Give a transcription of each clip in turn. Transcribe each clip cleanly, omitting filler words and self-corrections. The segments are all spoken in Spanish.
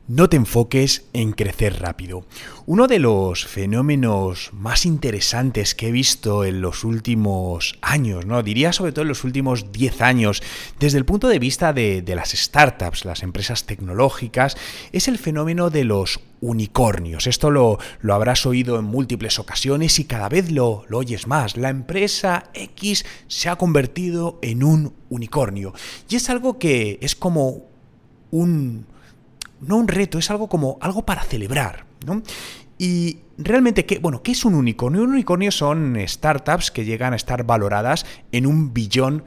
No te enfoques en crecer rápido. Uno de los fenómenos más interesantes que he visto en los últimos años, ¿no? Diría sobre todo en los últimos 10 años, desde el punto de vista de las startups, las empresas tecnológicas, es el fenómeno de los unicornios. Esto lo habrás oído en múltiples ocasiones y cada vez lo oyes más. La empresa X se ha convertido en un unicornio. Y es algo que es como no un reto, es algo como algo para celebrar, ¿no? Y realmente, ¿qué es un unicornio? Un unicornio son startups que llegan a estar valoradas en $1 billón.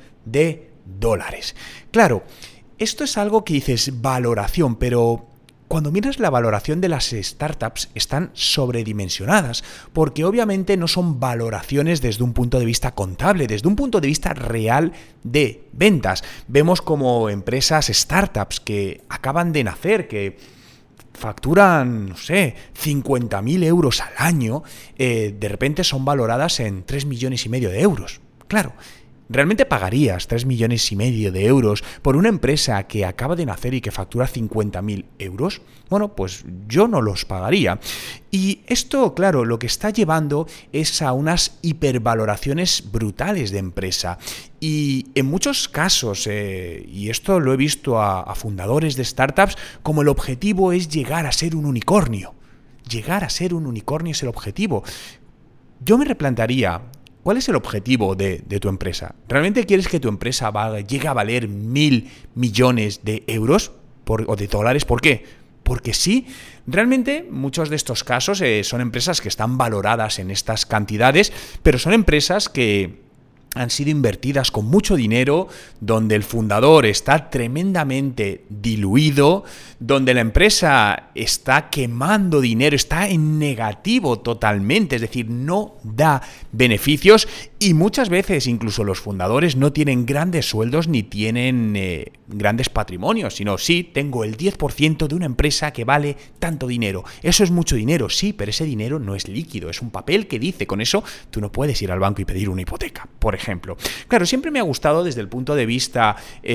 Claro, esto es algo que dices valoración, pero cuando miras la valoración de las startups están sobredimensionadas, porque obviamente no son valoraciones desde un punto de vista contable, desde un punto de vista real de ventas. Vemos como empresas startups que acaban de nacer, que facturan, no sé, 50.000 euros al año, de repente son valoradas en 3,5 millones. Claro. ¿Realmente pagarías 3,5 millones por una empresa que acaba de nacer y que factura 50.000 euros? Bueno, pues yo no los pagaría. Y esto, claro, lo que está llevando es a unas hipervaloraciones brutales de empresa. Y en muchos casos, y esto lo he visto a fundadores de startups, como el objetivo es llegar a ser un unicornio. Llegar a ser un unicornio es el objetivo. Yo me replantearía, ¿cuál es el objetivo de tu empresa? ¿Realmente quieres que tu empresa llegue a valer 1.000 millones de euros o de dólares? ¿Por qué? Porque sí, realmente muchos de estos casos son empresas que están valoradas en estas cantidades, pero son empresas que han sido invertidas con mucho dinero, donde el fundador está tremendamente diluido, donde la empresa está quemando dinero, está en negativo totalmente, es decir, no da beneficios y muchas veces incluso los fundadores no tienen grandes sueldos ni tienen grandes patrimonios, sino sí, tengo el 10% de una empresa que vale tanto dinero. Eso es mucho dinero, sí, pero ese dinero no es líquido, es un papel que dice, con eso tú no puedes ir al banco y pedir una hipoteca, por ejemplo. Claro, siempre me ha gustado desde el punto de vista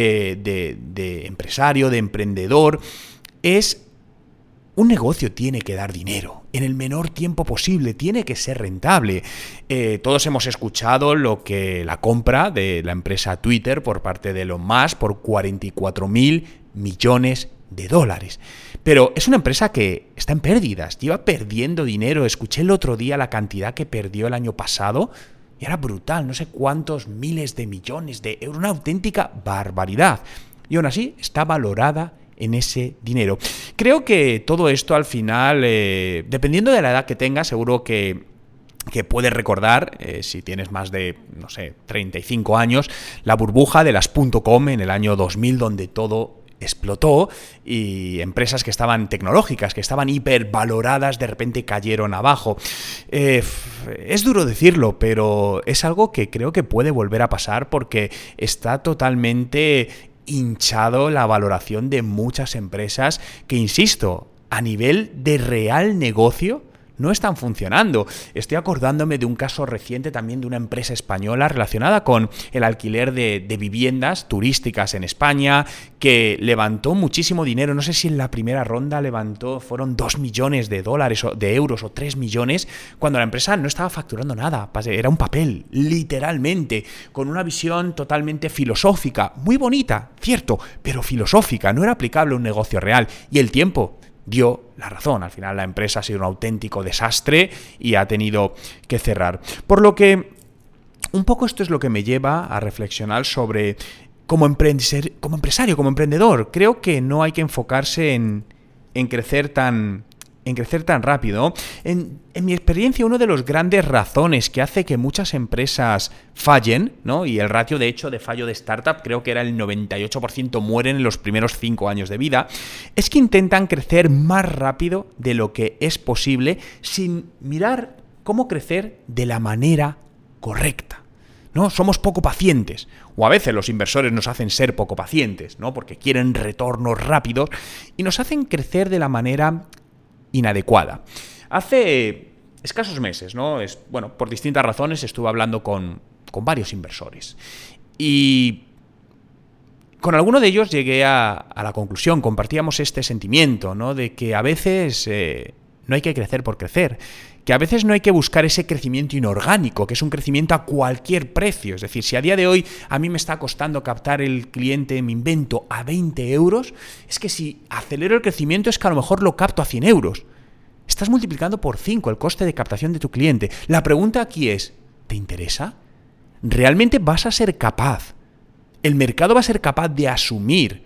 de empresario, de emprendedor, es un negocio tiene que dar dinero en el menor tiempo posible, tiene que ser rentable. Todos hemos escuchado la compra de la empresa Twitter por parte de Elon Musk por $44.000 millones. Pero es una empresa que está en pérdidas, lleva perdiendo dinero. Escuché el otro día la cantidad que perdió el año pasado y era brutal, no sé cuántos miles de millones de euros, una auténtica barbaridad. Y aún así está valorada en ese dinero. Creo que todo esto al final, dependiendo de la edad que tengas, seguro que puedes recordar, si tienes más de, 35 años, la burbuja de las .com en el año 2000, donde todo explotó y empresas que estaban tecnológicas, que estaban hipervaloradas, de repente cayeron abajo. Es duro decirlo, pero es algo que creo que puede volver a pasar porque está totalmente hinchado la valoración de muchas empresas que, insisto, a nivel de real negocio no están funcionando. Estoy acordándome de un caso reciente también de una empresa española relacionada con el alquiler de viviendas turísticas en España, que levantó muchísimo dinero. No sé si en la primera ronda fueron $2 millones o de euros o 3 millones, cuando la empresa no estaba facturando nada. Era un papel, literalmente, con una visión totalmente filosófica, muy bonita, cierto, pero filosófica, no era aplicable a un negocio real. Y el tiempo dio la razón. Al final la empresa ha sido un auténtico desastre y ha tenido que cerrar. Por lo que un poco esto es lo que me lleva a reflexionar sobre como empresario, como emprendedor. Creo que no hay que enfocarse en crecer tan rápido, ¿no? En mi experiencia, una de las grandes razones que hace que muchas empresas fallen, ¿no? Y el ratio de hecho de fallo de startup creo que era el 98%, mueren en los primeros 5 años de vida, es que intentan crecer más rápido de lo que es posible sin mirar cómo crecer de la manera correcta, ¿no? Somos poco pacientes, o a veces los inversores nos hacen ser poco pacientes, ¿no? Porque quieren retornos rápidos y nos hacen crecer de la manera inadecuada. Hace escasos meses, ¿no? Por distintas razones estuve hablando con varios inversores y con alguno de ellos llegué a la conclusión, compartíamos este sentimiento, ¿no? De que a veces no hay que crecer por crecer, que a veces no hay que buscar ese crecimiento inorgánico, que es un crecimiento a cualquier precio. Es decir, si a día de hoy a mí me está costando captar el cliente, me invento, a 20 euros, es que si acelero el crecimiento es que a lo mejor lo capto a 100 euros. Estás multiplicando por 5 el coste de captación de tu cliente. La pregunta aquí es, ¿te interesa? ¿Realmente vas a ser capaz? ¿El mercado va a ser capaz de asumir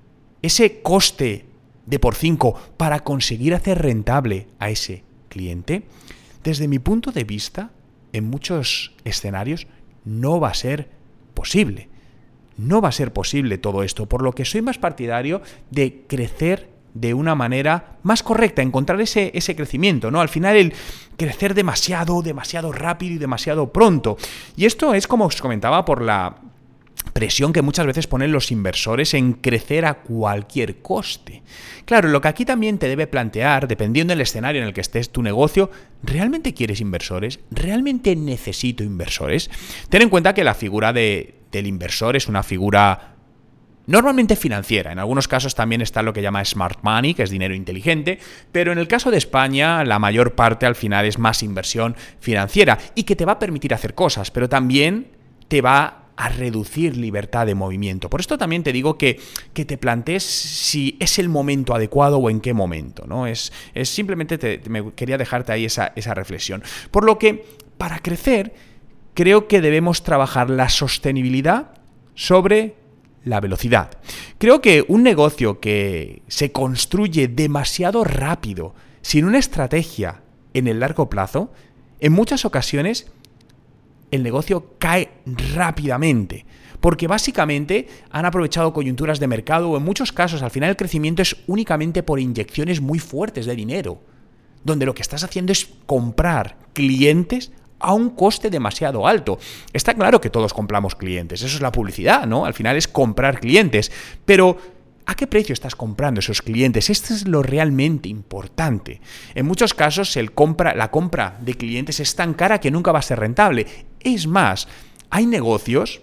ese coste de por 5 para conseguir hacer rentable a ese cliente? Desde mi punto de vista, en muchos escenarios no va a ser posible. No va a ser posible todo esto, por lo que soy más partidario de crecer de una manera más correcta, encontrar ese crecimiento, ¿no? Al final el crecer demasiado rápido y demasiado pronto. Y esto es, como os comentaba, por la presión que muchas veces ponen los inversores en crecer a cualquier coste. Claro, lo que aquí también te debe plantear, dependiendo del escenario en el que estés tu negocio, ¿realmente quieres inversores? ¿Realmente necesito inversores? Ten en cuenta que la figura del inversor es una figura normalmente financiera. En algunos casos también está lo que llama smart money, que es dinero inteligente, pero en el caso de España la mayor parte al final es más inversión financiera y que te va a permitir hacer cosas, pero también te va a reducir libertad de movimiento. Por esto también te digo que te plantees si es el momento adecuado o en qué momento, ¿no? Es simplemente me quería dejarte ahí esa reflexión. Por lo que, para crecer, creo que debemos trabajar la sostenibilidad sobre la velocidad. Creo que un negocio que se construye demasiado rápido, sin una estrategia en el largo plazo, en muchas ocasiones el negocio cae rápidamente, porque básicamente han aprovechado coyunturas de mercado o en muchos casos al final el crecimiento es únicamente por inyecciones muy fuertes de dinero, donde lo que estás haciendo es comprar clientes a un coste demasiado alto. Está claro que todos compramos clientes, eso es la publicidad, ¿no? Al final es comprar clientes, pero ¿a qué precio estás comprando esos clientes? Esto es lo realmente importante. En muchos casos la compra de clientes es tan cara que nunca va a ser rentable. Es más, hay negocios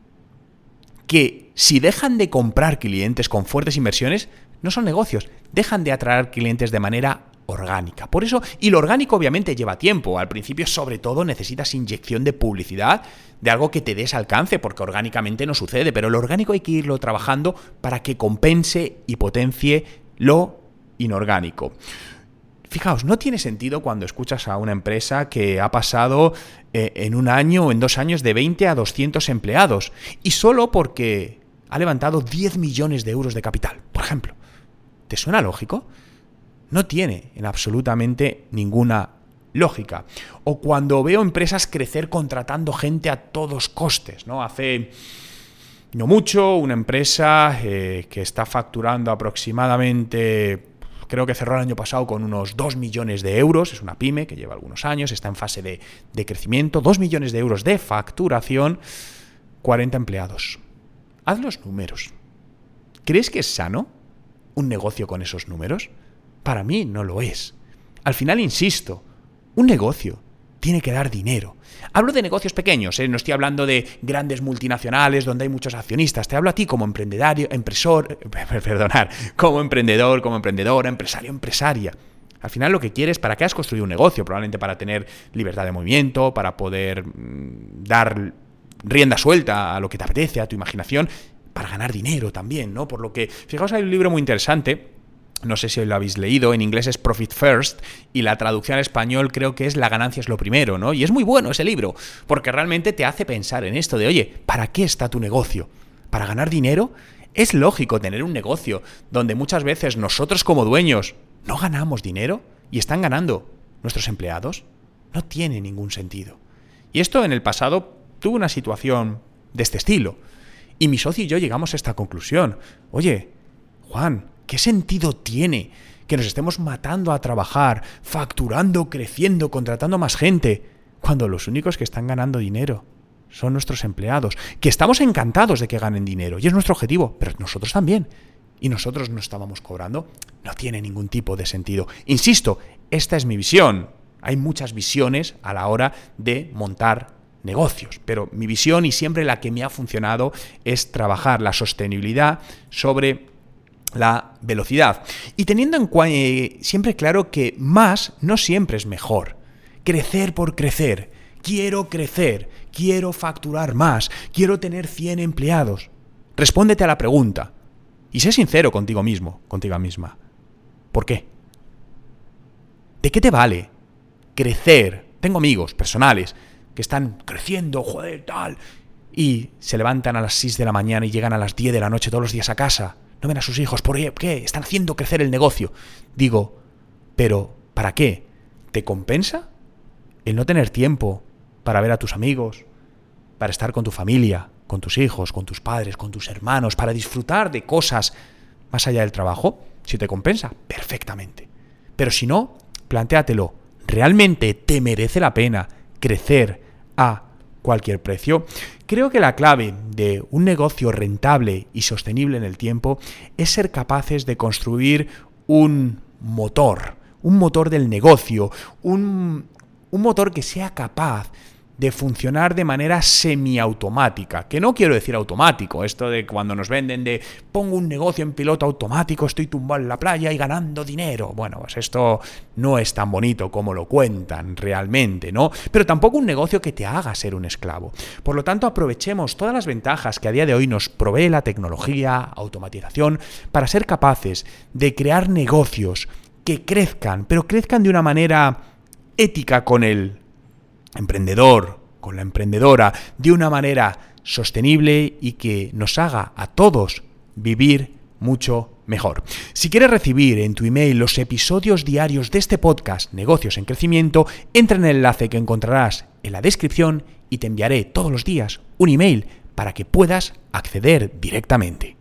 que si dejan de comprar clientes con fuertes inversiones, no son negocios, dejan de atraer clientes de manera orgánica. Por eso, y lo orgánico obviamente lleva tiempo. Al principio, sobre todo, necesitas inyección de publicidad, de algo que te des alcance, porque orgánicamente no sucede, pero lo orgánico hay que irlo trabajando para que compense y potencie lo inorgánico. Fijaos, no tiene sentido cuando escuchas a una empresa que ha pasado en un año o en 2 años de 20 a 200 empleados y solo porque ha levantado 10 millones de euros de capital, por ejemplo. ¿Te suena lógico? No tiene en absolutamente ninguna lógica. O cuando veo empresas crecer contratando gente a todos costes, ¿no? Hace no mucho una empresa que está facturando aproximadamente, creo que cerró el año pasado con unos 2 millones de euros, es una pyme que lleva algunos años, está en fase de crecimiento, 2 millones de euros de facturación, 40 empleados. Haz los números. ¿Crees que es sano un negocio con esos números? Para mí no lo es. Al final, insisto, un negocio tiene que dar dinero. Hablo de negocios pequeños, no estoy hablando de grandes multinacionales donde hay muchos accionistas. Te hablo a ti como como emprendedor, como emprendedora, empresario, empresaria. Al final lo que quieres, ¿para qué has construido un negocio? Probablemente para tener libertad de movimiento, para poder dar rienda suelta a lo que te apetece, a tu imaginación, para ganar dinero también, ¿no? Por lo que, fijaos, hay un libro muy interesante. No sé si lo habéis leído, en inglés es Profit First y la traducción al español creo que es La ganancia es lo primero, ¿no? Y es muy bueno ese libro, porque realmente te hace pensar en esto de, oye, ¿para qué está tu negocio? ¿Para ganar dinero? Es lógico tener un negocio donde muchas veces nosotros como dueños no ganamos dinero y están ganando nuestros empleados. No tiene ningún sentido. Y esto en el pasado tuvo una situación de este estilo. Y mi socio y yo llegamos a esta conclusión. Oye, Juan, ¿qué sentido tiene que nos estemos matando a trabajar, facturando, creciendo, contratando más gente, cuando los únicos que están ganando dinero son nuestros empleados? Que estamos encantados de que ganen dinero y es nuestro objetivo, pero nosotros también. Y nosotros no estábamos cobrando. No tiene ningún tipo de sentido. Insisto, esta es mi visión. Hay muchas visiones a la hora de montar negocios. Pero mi visión, y siempre la que me ha funcionado, es trabajar la sostenibilidad sobre la velocidad. Y teniendo siempre claro que más no siempre es mejor. Crecer por crecer. Quiero crecer, quiero facturar más, quiero tener 100 empleados. Respóndete a la pregunta y sé sincero contigo mismo, contigo misma. ¿Por qué? ¿De qué te vale crecer? Tengo amigos personales que están creciendo, joder, tal, y se levantan a las 6 de la mañana y llegan a las 10 de la noche todos los días a casa. No ven a sus hijos. ¿Por qué? Están haciendo crecer el negocio. Digo, pero ¿para qué? ¿Te compensa el no tener tiempo para ver a tus amigos, para estar con tu familia, con tus hijos, con tus padres, con tus hermanos, para disfrutar de cosas más allá del trabajo? Si te compensa, perfectamente. Pero si no, plantéatelo. ¿Realmente te merece la pena crecer a cualquier precio? Creo que la clave de un negocio rentable y sostenible en el tiempo es ser capaces de construir un motor del negocio, un motor que sea capaz de funcionar de manera semiautomática, que no quiero decir automático, esto de cuando nos venden de pongo un negocio en piloto automático, estoy tumbado en la playa y ganando dinero. Bueno, pues esto no es tan bonito como lo cuentan realmente, ¿no? Pero tampoco un negocio que te haga ser un esclavo. Por lo tanto, aprovechemos todas las ventajas que a día de hoy nos provee la tecnología, automatización, para ser capaces de crear negocios que crezcan, pero crezcan de una manera ética con el emprendedor, con la emprendedora, de una manera sostenible y que nos haga a todos vivir mucho mejor. Si quieres recibir en tu email los episodios diarios de este podcast Negocios en Crecimiento, entra en el enlace que encontrarás en la descripción y te enviaré todos los días un email para que puedas acceder directamente.